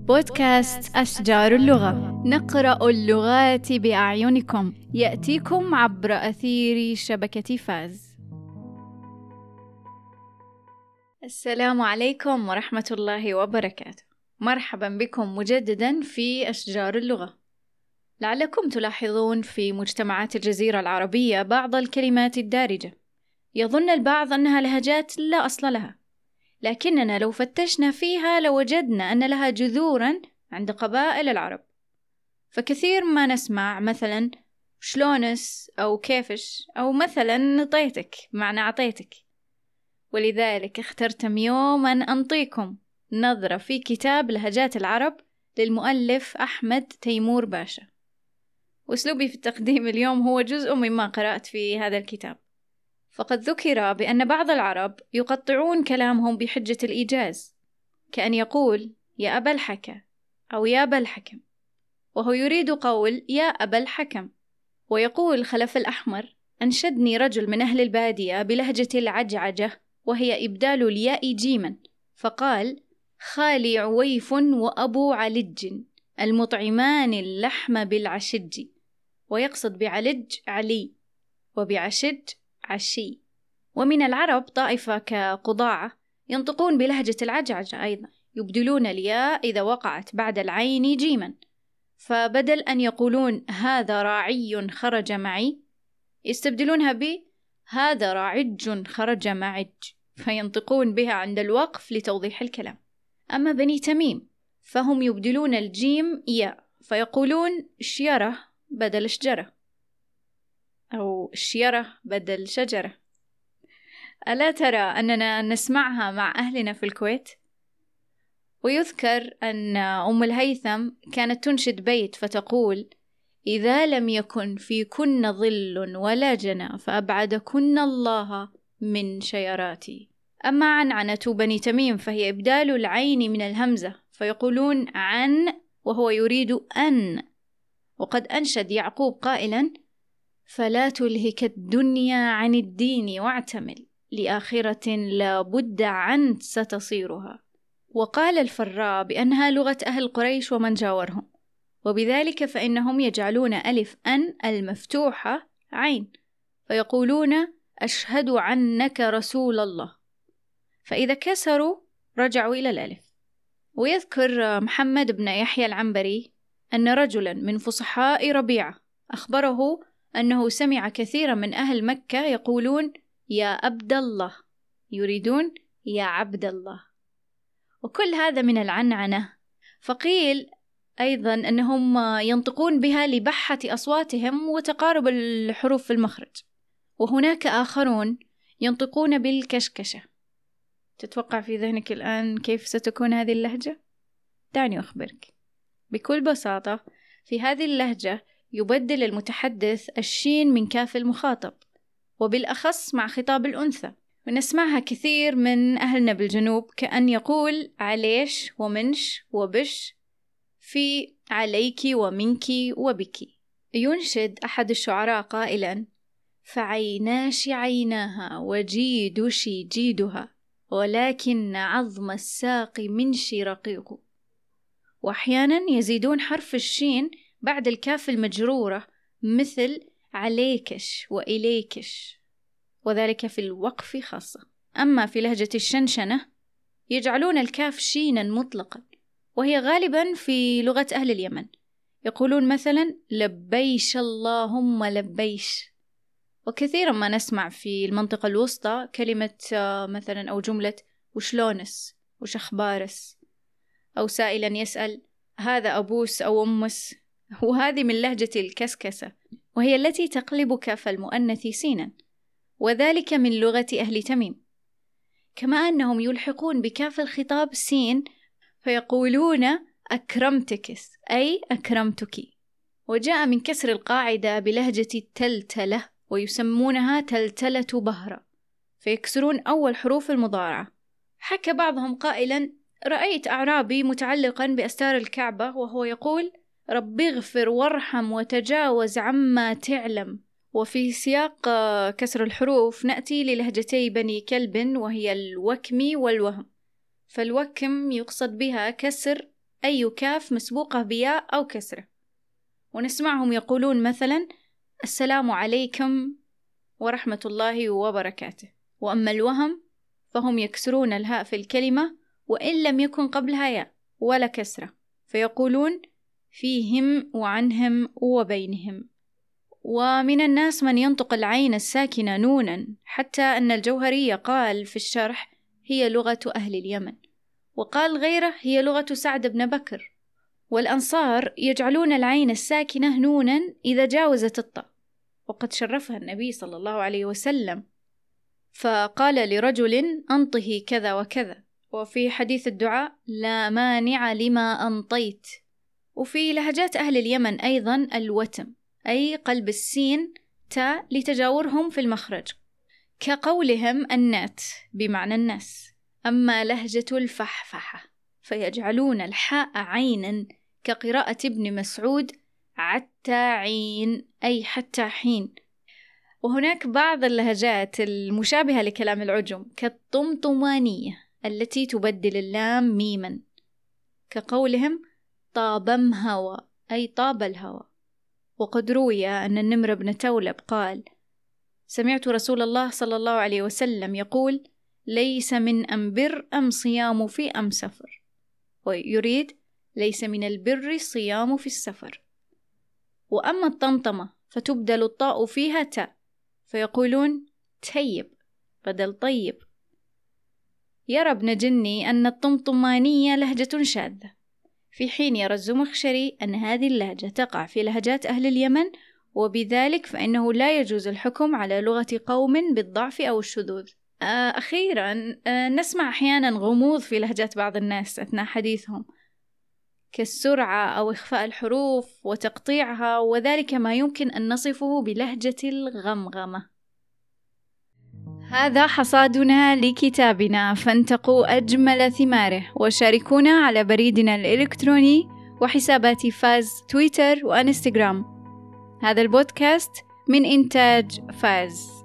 بودكاست أشجار اللغة، نقرأ اللغات بأعينكم، يأتيكم عبر أثير شبكة فاز. السلام عليكم ورحمة الله وبركاته. مرحبا بكم مجددا في أشجار اللغة. لعلكم تلاحظون في مجتمعات الجزيرة العربية بعض الكلمات الدارجة، يظن البعض أنها لهجات لا أصل لها، لكننا لو فتشنا فيها لوجدنا أن لها جذورا عند قبائل العرب. فكثير ما نسمع مثلا شلونس أو كيفش، أو مثلا نطيتك معنى عطيتك. ولذلك اخترت اليوم أن أنطيكم نظرة في كتاب لهجات العرب للمؤلف أحمد تيمور باشا. وأسلوبي في التقديم اليوم هو جزء مما قرأت في هذا الكتاب. فقد ذكر بأن بعض العرب يقطعون كلامهم بحجة الإيجاز، كأن يقول يا أبا الحكا أو يا أبا الحكم، وهو يريد قول يا أبا الحكم. ويقول خلف الأحمر: أنشدني رجل من أهل البادية بلهجة العجعجة، وهي إبدال الياء جيما، فقال: خالي عويف وأبو علج المطعمان اللحم بالعشج. ويقصد بعلج علي، وبعشج عشي. ومن العرب طائفة كقضاعة ينطقون بلهجة العجعجة أيضا، يبدلون الياء إذا وقعت بعد العين جيما، فبدل أن يقولون هذا راعي خرج معي يستبدلونها ب هذا راعج خرج معج، فينطقون بها عند الوقف لتوضيح الكلام. أما بني تميم فهم يبدلون الجيم ياء، فيقولون شيرة بدل شجرة، أو شيرة بدل شجرة. ألا ترى أننا نسمعها مع أهلنا في الكويت؟ ويذكر أن أم الهيثم كانت تنشد بيت فتقول: إذا لم يكن فيكن ظل ولا جنى فأبعدكن الله من شيراتي. أما عنعنة بني تميم فهي إبدال العين من الهمزة، فيقولون عن وهو يريد أن. وقد أنشد يعقوب قائلا: فلا تلهك الدنيا عن الدين واعتمل لآخرة لا بد عن ستصيرها. وقال الفراء بأنها لغة أهل قريش ومن جاورهم، وبذلك فإنهم يجعلون ألف أن المفتوحة عين، فيقولون أشهد عنك رسول الله، فإذا كسروا رجعوا إلى الألف. ويذكر محمد بن يحيى العنبري أن رجلا من فصحاء ربيعة أخبره أنه سمع كثيرا من أهل مكة يقولون يا عبد الله، يريدون يا عبد الله. وكل هذا من العنعنة. فقيل أيضا أنهم ينطقون بها لبحة أصواتهم وتقارب الحروف في المخرج. وهناك آخرون ينطقون بالكشكشة. تتوقع في ذهنك الآن كيف ستكون هذه اللهجة؟ دعني أخبرك. بكل بساطة في هذه اللهجة يبدل المتحدث الشين من كاف المخاطب، وبالأخص مع خطاب الأنثى، ونسمعها كثير من أهلنا بالجنوب، كأن يقول عليش ومنش وبش في عليك ومنك وبك. ينشد أحد الشعراء قائلا: فعيناش عيناها وجيدش جيدها ولكن عظم الساق منش رقيق. وأحيانا يزيدون حرف الشين بعد الكاف المجرورة، مثل عليكش وإليكش، وذلك في الوقف خاصة. أما في لهجة الشنشنة يجعلون الكاف شينا مطلقا، وهي غالبا في لغة أهل اليمن، يقولون مثلا لبيش اللهم لبيش. وكثيرا ما نسمع في المنطقة الوسطى كلمة مثلا أو جملة وشلونس وشخبارس، أو سائلا يسأل هذا أبوس أو أمس، وهذه من لهجة الكسكسة، وهي التي تقلب كاف المؤنث سينا، وذلك من لغة أهل تميم. كما أنهم يلحقون بكاف الخطاب سين، فيقولون أكرمتكس أي أكرمتك. وجاء من كسر القاعدة بلهجة التلتلة، ويسمونها تلتلة بهرة، فيكسرون أول حروف المضارعة. حكى بعضهم قائلا: رأيت أعرابي متعلقا بأستار الكعبة وهو يقول رب اغفر وارحم وتجاوز عما تعلم. وفي سياق كسر الحروف نأتي للهجتي بني كلب، وهي الوكم والوهم. فالوكم يقصد بها كسر أي كاف مسبوقة بياء أو كسرة، ونسمعهم يقولون مثلا السلام عليكم ورحمة الله وبركاته. وأما الوهم فهم يكسرون الهاء في الكلمة وإن لم يكن قبلها ياء ولا كسرة، فيقولون فيهم وعنهم وبينهم. ومن الناس من ينطق العين الساكنة نونا، حتى أن الجوهري قال في الشرح هي لغة أهل اليمن، وقال غيره هي لغة سعد بن بكر. والأنصار يجعلون العين الساكنة نونا إذا جاوزت الطاء، وقد شرفها النبي صلى الله عليه وسلم فقال لرجل أنطه كذا وكذا. وفي حديث الدعاء لا مانع لما أنطيت. وفي لهجات أهل اليمن أيضا الوتم، أي قلب السين تاء لتجاورهم في المخرج، كقولهم النات بمعنى الناس. أما لهجة الفحفحة فيجعلون الحاء عينا كقراءة ابن مسعود عتى عين، أي حتى حين. وهناك بعض اللهجات المشابهة لكلام العجم كالطمطمانية التي تبدل اللام ميما، كقولهم طابم هوى، أي طاب الهوى. وقد روي أن النمر بن تولب قال سمعت رسول الله صلى الله عليه وسلم يقول ليس من أم أم صيام في أم سفر، ويريد ليس من البر صيام في السفر. وأما الطمطمة فتبدل الطاء فيها تاء، فيقولون تيب بدل طيب. يرى ابن جني أن الطمطمانية لهجة شاذة، في حين يرى الزمخشري أن هذه اللهجة تقع في لهجات أهل اليمن، وبذلك فإنه لا يجوز الحكم على لغة قوم بالضعف أو الشذوذ. أخيرا نسمع أحيانا غموض في لهجات بعض الناس أثناء حديثهم، كالسرعة أو إخفاء الحروف وتقطيعها، وذلك ما يمكن أن نصفه بلهجة الغمغمة. هذا حصادنا لكتابنا، فانتقوا أجمل ثماره، وشاركونا على بريدنا الإلكتروني وحسابات فاز تويتر وإنستغرام. هذا البودكاست من إنتاج فاز.